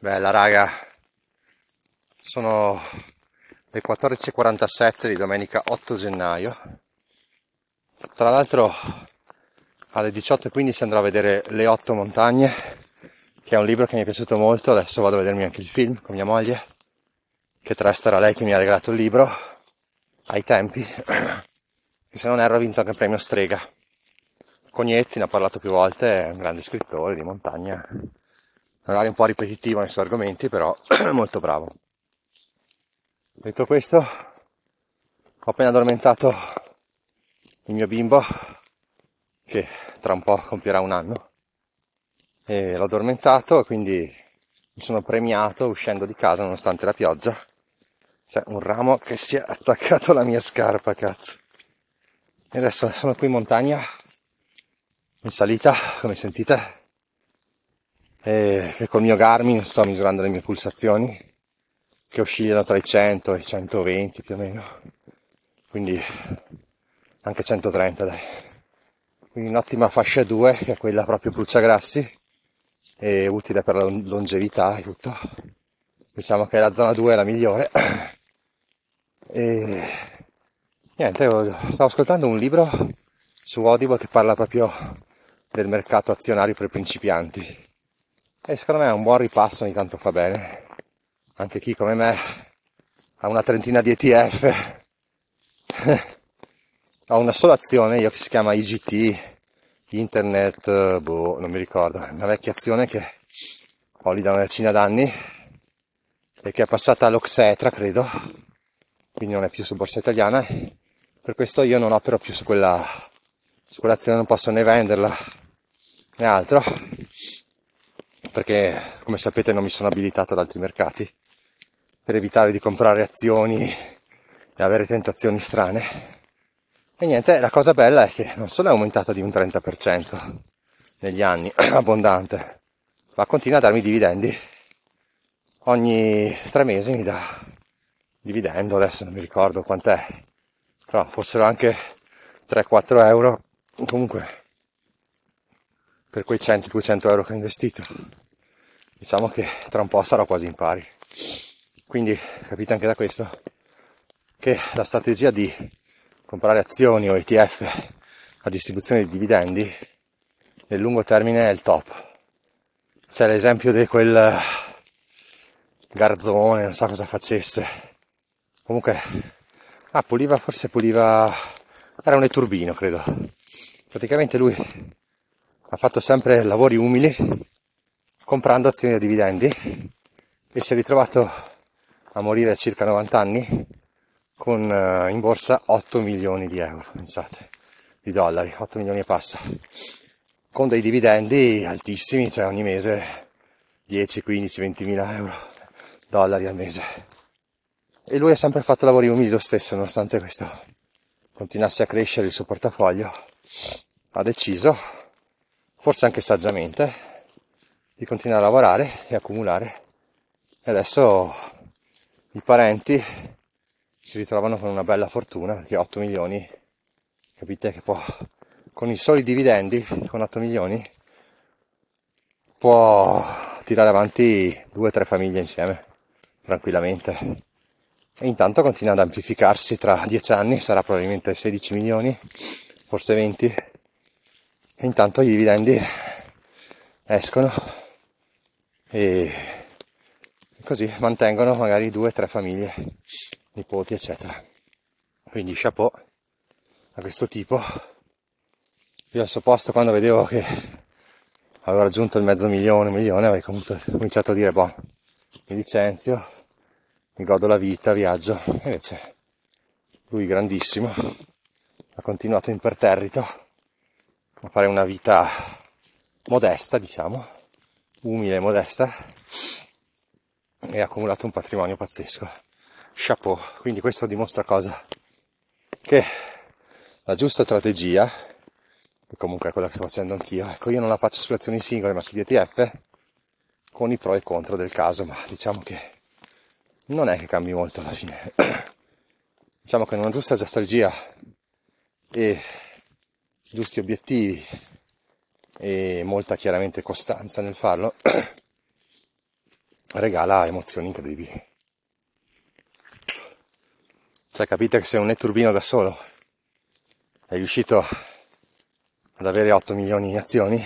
Bella raga, sono le 14:47 di domenica 8 gennaio. Tra l'altro alle 18:15 andrò a vedere Le 8 montagne, che è un libro che mi è piaciuto molto. Adesso vado a vedermi anche il film con mia moglie, che tra l'altro era lei che mi ha regalato il libro ai tempi, che se non erro ha vinto anche il premio Strega. Cognetti ne ha parlato più volte, è un grande scrittore di montagna, magari un po' ripetitivo nei suoi argomenti, però molto bravo. Detto questo, ho appena addormentato il mio bimbo, che tra un po' compierà 1 anno, e l'ho addormentato, quindi mi sono premiato uscendo di casa nonostante la pioggia. C'è un ramo che si è attaccato alla mia scarpa, cazzo. E adesso sono qui in montagna, in salita, come sentite, e col mio Garmin sto misurando le mie pulsazioni, che oscillano tra i 100 e i 120 più o meno, quindi anche 130 dai. Quindi un'ottima fascia 2, che è quella proprio bruciagrassi, e utile per la longevità e tutto. Diciamo che la zona 2 è la migliore. E niente, stavo ascoltando un libro su Audible che parla proprio del mercato azionario per principianti, e secondo me è un buon ripasso, ogni tanto fa bene. Anche chi come me ha una trentina di ETF, ho una sola azione io che si chiama IGT, Internet, non mi ricordo, una vecchia azione che ho lì da una decina d'anni e che è passata all'Oxetra, credo, quindi non è più su borsa italiana. Per questo io non opero più su quell'azione, non posso né venderla né altro, perché come sapete non mi sono abilitato ad altri mercati, per evitare di comprare azioni e avere tentazioni strane. E niente, la cosa bella è che non solo è aumentata di un 30% negli anni, abbondante, ma continua a darmi dividendi. Ogni 3 mesi mi dà dividendo, adesso non mi ricordo quant'è, però fossero anche 3-4 euro, comunque per quei 100-200 euro che ho investito, diciamo che tra un po' sarò quasi in pari. Quindi capite anche da questo che la strategia di comprare azioni o ETF a distribuzione di dividendi nel lungo termine è il top. C'è l'esempio di quel Garzone, non so cosa facesse, comunque puliva, era un eturbino credo. Praticamente lui ha fatto sempre lavori umili comprando azioni a dividendi e si è ritrovato a morire a circa 90 anni con in borsa 8 milioni di euro, pensate, di dollari, 8 milioni e passa, con dei dividendi altissimi, cioè ogni mese 10, 15, 20 mila euro, dollari al mese. E lui ha sempre fatto lavori umili lo stesso, nonostante questo continuasse a crescere il suo portafoglio. Ha deciso, forse anche saggiamente, di continuare a lavorare e accumulare. E adesso i parenti si ritrovano con una bella fortuna, perché 8 milioni, capite che può, con i soli dividendi, con 8 milioni, può tirare avanti 2-3 famiglie insieme, tranquillamente. E intanto continua ad amplificarsi, tra 10 anni sarà probabilmente 16 milioni, forse 20, e intanto i dividendi escono e così mantengono magari 2-3 famiglie, nipoti eccetera. Quindi chapeau a questo tipo. Io al suo posto, quando vedevo che avevo raggiunto il $500,000, 1 milione, avrei cominciato a dire mi licenzio, mi godo la vita, viaggio. E invece lui grandissimo ha continuato imperterrito a fare una vita modesta, diciamo, umile e modesta, e ha accumulato un patrimonio pazzesco. Chapeau. Quindi questo dimostra cosa? Che la giusta strategia, che comunque è quella che sto facendo anch'io, ecco, io non la faccio sulle azioni singole ma sugli ETF, con i pro e i contro del caso, ma diciamo che non è che cambi molto alla fine. Diciamo che una giusta strategia e giusti obiettivi e molta chiaramente costanza nel farlo regala emozioni incredibili. Cioè, capite che se un netturbino da solo è riuscito ad avere 8 milioni di azioni,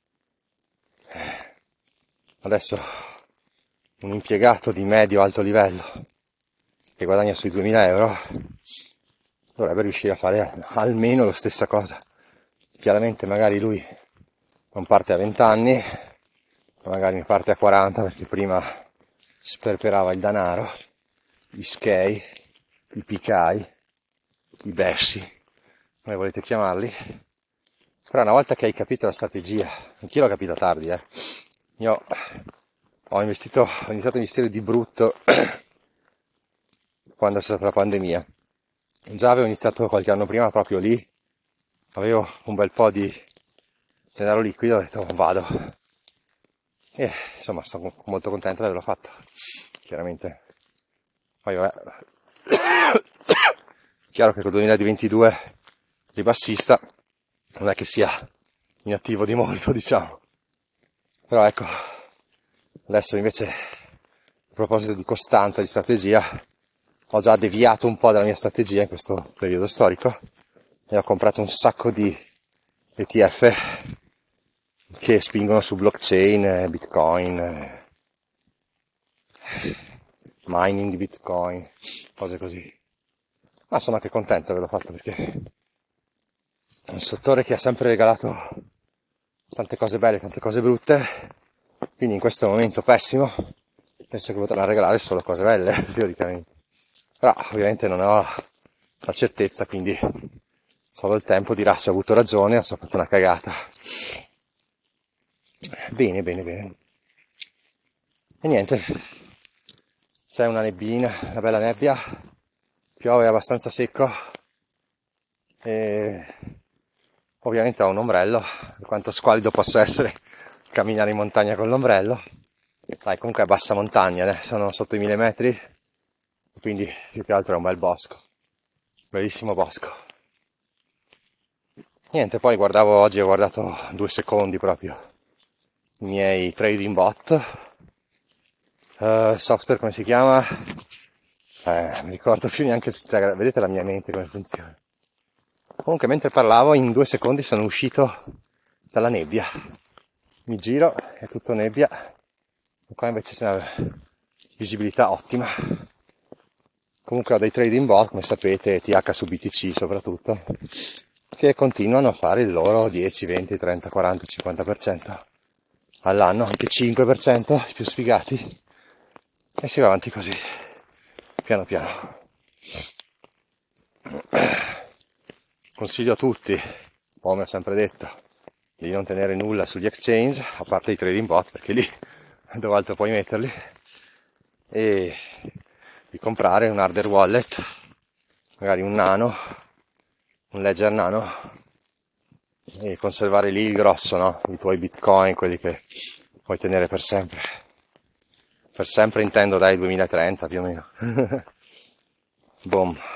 adesso un impiegato di medio-alto livello che guadagna sui 2000 euro dovrebbe riuscire a fare almeno la stessa cosa. Chiaramente magari lui non parte a 20 anni, magari ne parte a 40 perché prima sperperava il denaro, gli skei, i picai, i bessi, come volete chiamarli. Però una volta che hai capito la strategia, anch'io l'ho capita tardi, io ho iniziato a investire di brutto quando c'è stata la pandemia. Già avevo iniziato qualche anno prima, proprio lì avevo un bel po' di denaro liquido, ho detto vado. E insomma sono molto contento di averlo fatto, chiaramente. Poi vabbè, chiaro che col 2022 ribassista non è che sia inattivo di molto, diciamo. Però ecco, adesso invece, a proposito di costanza, di strategia, ho già deviato un po' dalla mia strategia in questo periodo storico e ho comprato un sacco di ETF che spingono su blockchain, bitcoin, mining di bitcoin, cose così. Ma sono anche contento di averlo fatto perché è un settore che ha sempre regalato tante cose belle, tante cose brutte, quindi in questo momento pessimo penso che potrà regalare solo cose belle, teoricamente. Però ovviamente non ho la certezza, quindi solo il tempo dirà se ho avuto ragione o se ho fatto una cagata. Bene. E niente, c'è una nebbina, una bella nebbia, piove abbastanza secco e ovviamente ho un ombrello, per quanto squallido possa essere camminare in montagna con l'ombrello. Dai, comunque è bassa montagna, sono sotto i 1000 metri, quindi più che altro è un bel bosco, bellissimo bosco. Niente, poi oggi ho guardato 2 secondi proprio i miei trading bot, software come si chiama? Mi ricordo più neanche, cioè, vedete la mia mente come funziona. Comunque mentre parlavo in 2 secondi sono uscito dalla nebbia, mi giro, è tutto nebbia, e qua invece c'è una visibilità ottima. Comunque ho dei trading bot, come sapete, TH su BTC soprattutto, che continuano a fare il loro 10, 20, 30, 40, 50% all'anno, anche 5%, i più sfigati, e si va avanti così, piano piano. Consiglio a tutti, come ho sempre detto, di non tenere nulla sugli exchange, a parte i trading bot, perché lì dove altro puoi metterli, e di comprare un hardware wallet, magari un nano, un ledger nano, e conservare lì il grosso, no? I tuoi bitcoin, quelli che puoi tenere per sempre. Per sempre intendo dai 2030 più o meno. Boom.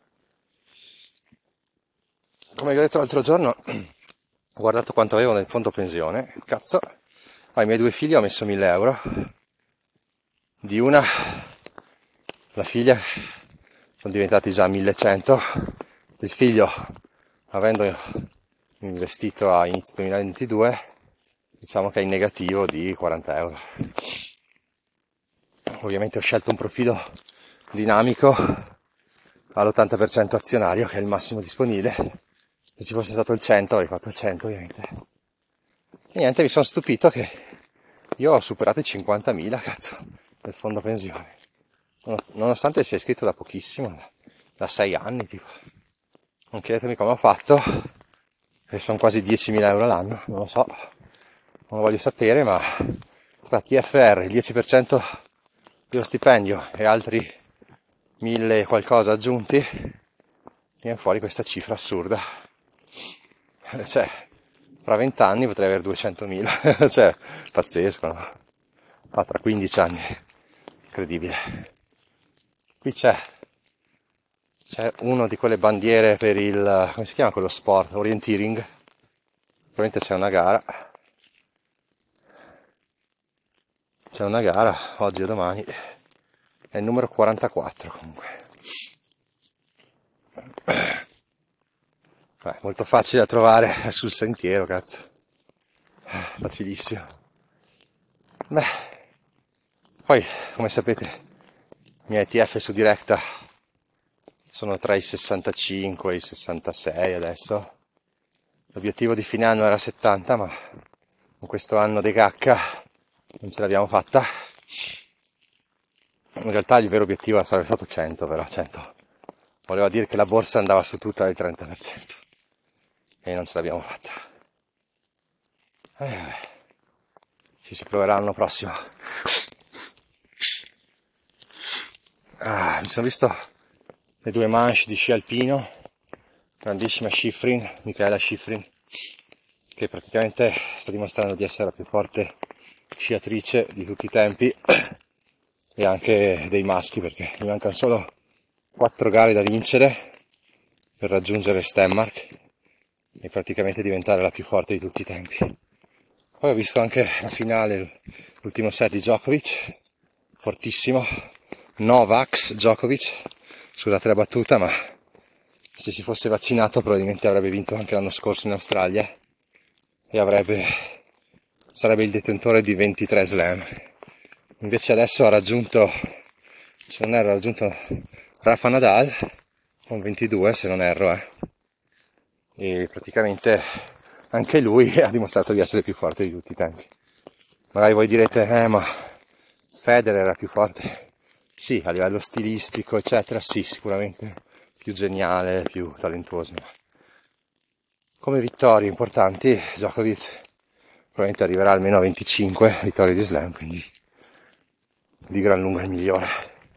Come vi ho detto l'altro giorno, ho guardato quanto avevo nel fondo pensione. Cazzo, ai miei 2 figli ho messo 1000 euro. Di una, la figlia, sono diventati già 1100. Il figlio, avendo investito a inizio 2022, diciamo che è in negativo di 40 euro. Ovviamente ho scelto un profilo dinamico all'80% azionario, che è il massimo disponibile. Se ci fosse stato il 100 avrei fatto il 100 ovviamente. E niente, mi sono stupito che io ho superato i 50.000, cazzo, nel fondo pensione. Nonostante sia iscritto da pochissimo, da 6 anni tipo. Non chiedetemi come ho fatto, che sono quasi 10.000 euro l'anno, non lo so, non lo voglio sapere, ma tra TFR, il 10% dello stipendio e altri 1000 e qualcosa aggiunti, viene fuori questa cifra assurda. Cioè, fra 20 anni potrei avere 200.000, cioè, pazzesco, no? Ma tra 15 anni, incredibile. Qui c'è uno di quelle bandiere per il, come si chiama quello sport, orienteering, probabilmente c'è una gara. c'è una gara oggi o domani, è il numero 44 comunque. Molto facile da trovare sul sentiero, cazzo, facilissimo. Beh, poi come sapete i miei ETF su Directa sono tra i 65 e i 66 adesso. L'obiettivo di fine anno era 70, ma con questo anno de cacca non ce l'abbiamo fatta. In realtà il vero obiettivo sarebbe stato 100, però 100 voleva dire che la borsa andava su tutta il 30% e non ce l'abbiamo fatta. Ci si proverà l'anno prossimo. Mi sono visto le 2 manche di sci alpino, grandissima Shiffrin, Michaela Shiffrin, che praticamente sta dimostrando di essere la più forte sciatrice di tutti i tempi e anche dei maschi, perché mi mancano solo 4 gare da vincere per raggiungere Stenmark e praticamente diventare la più forte di tutti i tempi. Poi ho visto anche la finale, l'ultimo set di Djokovic, fortissimo, Novak Djokovic, scusate la battuta, ma se si fosse vaccinato probabilmente avrebbe vinto anche l'anno scorso in Australia e sarebbe il detentore di 23 slam. Invece adesso ha raggiunto, se non erro, ha raggiunto Rafa Nadal con 22, se non erro, e praticamente anche lui ha dimostrato di essere più forte di tutti i tempi. Magari voi direte, ma Federer era più forte. Sì, a livello stilistico, eccetera, sì, sicuramente più geniale, più talentuoso. Come vittorie importanti, Djokovic probabilmente arriverà almeno a 25 vittorie di slam, quindi di gran lunga il migliore.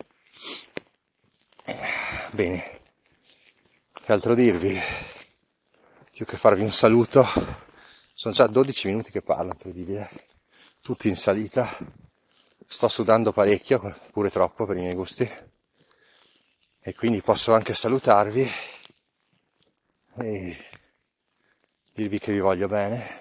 Bene, che altro dirvi? Più che farvi un saluto, sono già 12 minuti che parlo, incredibile, tutti in salita, sto sudando parecchio, pure troppo per i miei gusti, e quindi posso anche salutarvi e dirvi che vi voglio bene.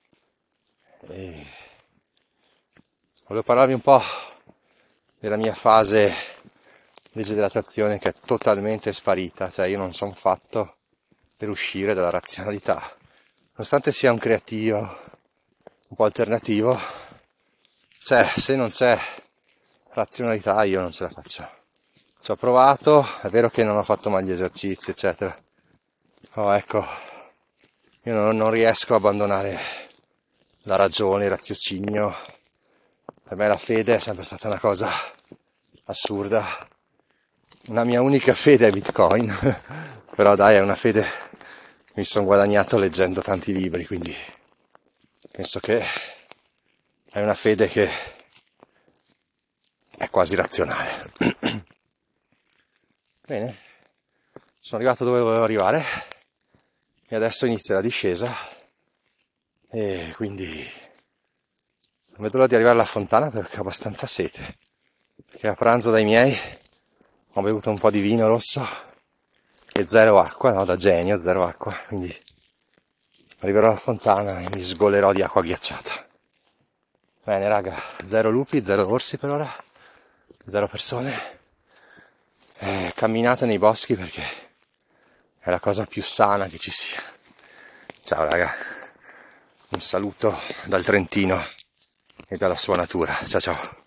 E volevo parlarvi un po' della mia fase legge dell'attrazione, che è totalmente sparita, cioè io non sono fatto per uscire dalla razionalità, nonostante sia un creativo un po' alternativo, cioè se non c'è razionalità io non ce la faccio. Ci ho provato, è vero che non ho fatto mai gli esercizi eccetera, però ecco, io non riesco a abbandonare la ragione, il raziocinio. Per me la fede è sempre stata una cosa assurda. La mia unica fede è Bitcoin, però dai, è una fede che mi sono guadagnato leggendo tanti libri, quindi penso che è una fede che è quasi razionale. Bene, sono arrivato dove volevo arrivare e adesso inizia la discesa e quindi non vedo l'ora di arrivare alla fontana perché ho abbastanza sete, perché a pranzo dai miei ho bevuto un po' di vino rosso e zero acqua, no, da genio, zero acqua, quindi arriverò alla fontana e mi sgolerò di acqua ghiacciata. Bene raga, 0 lupi, 0 orsi per ora, 0 persone, camminate nei boschi perché è la cosa più sana che ci sia. Ciao raga, un saluto dal Trentino e dalla sua natura, ciao ciao.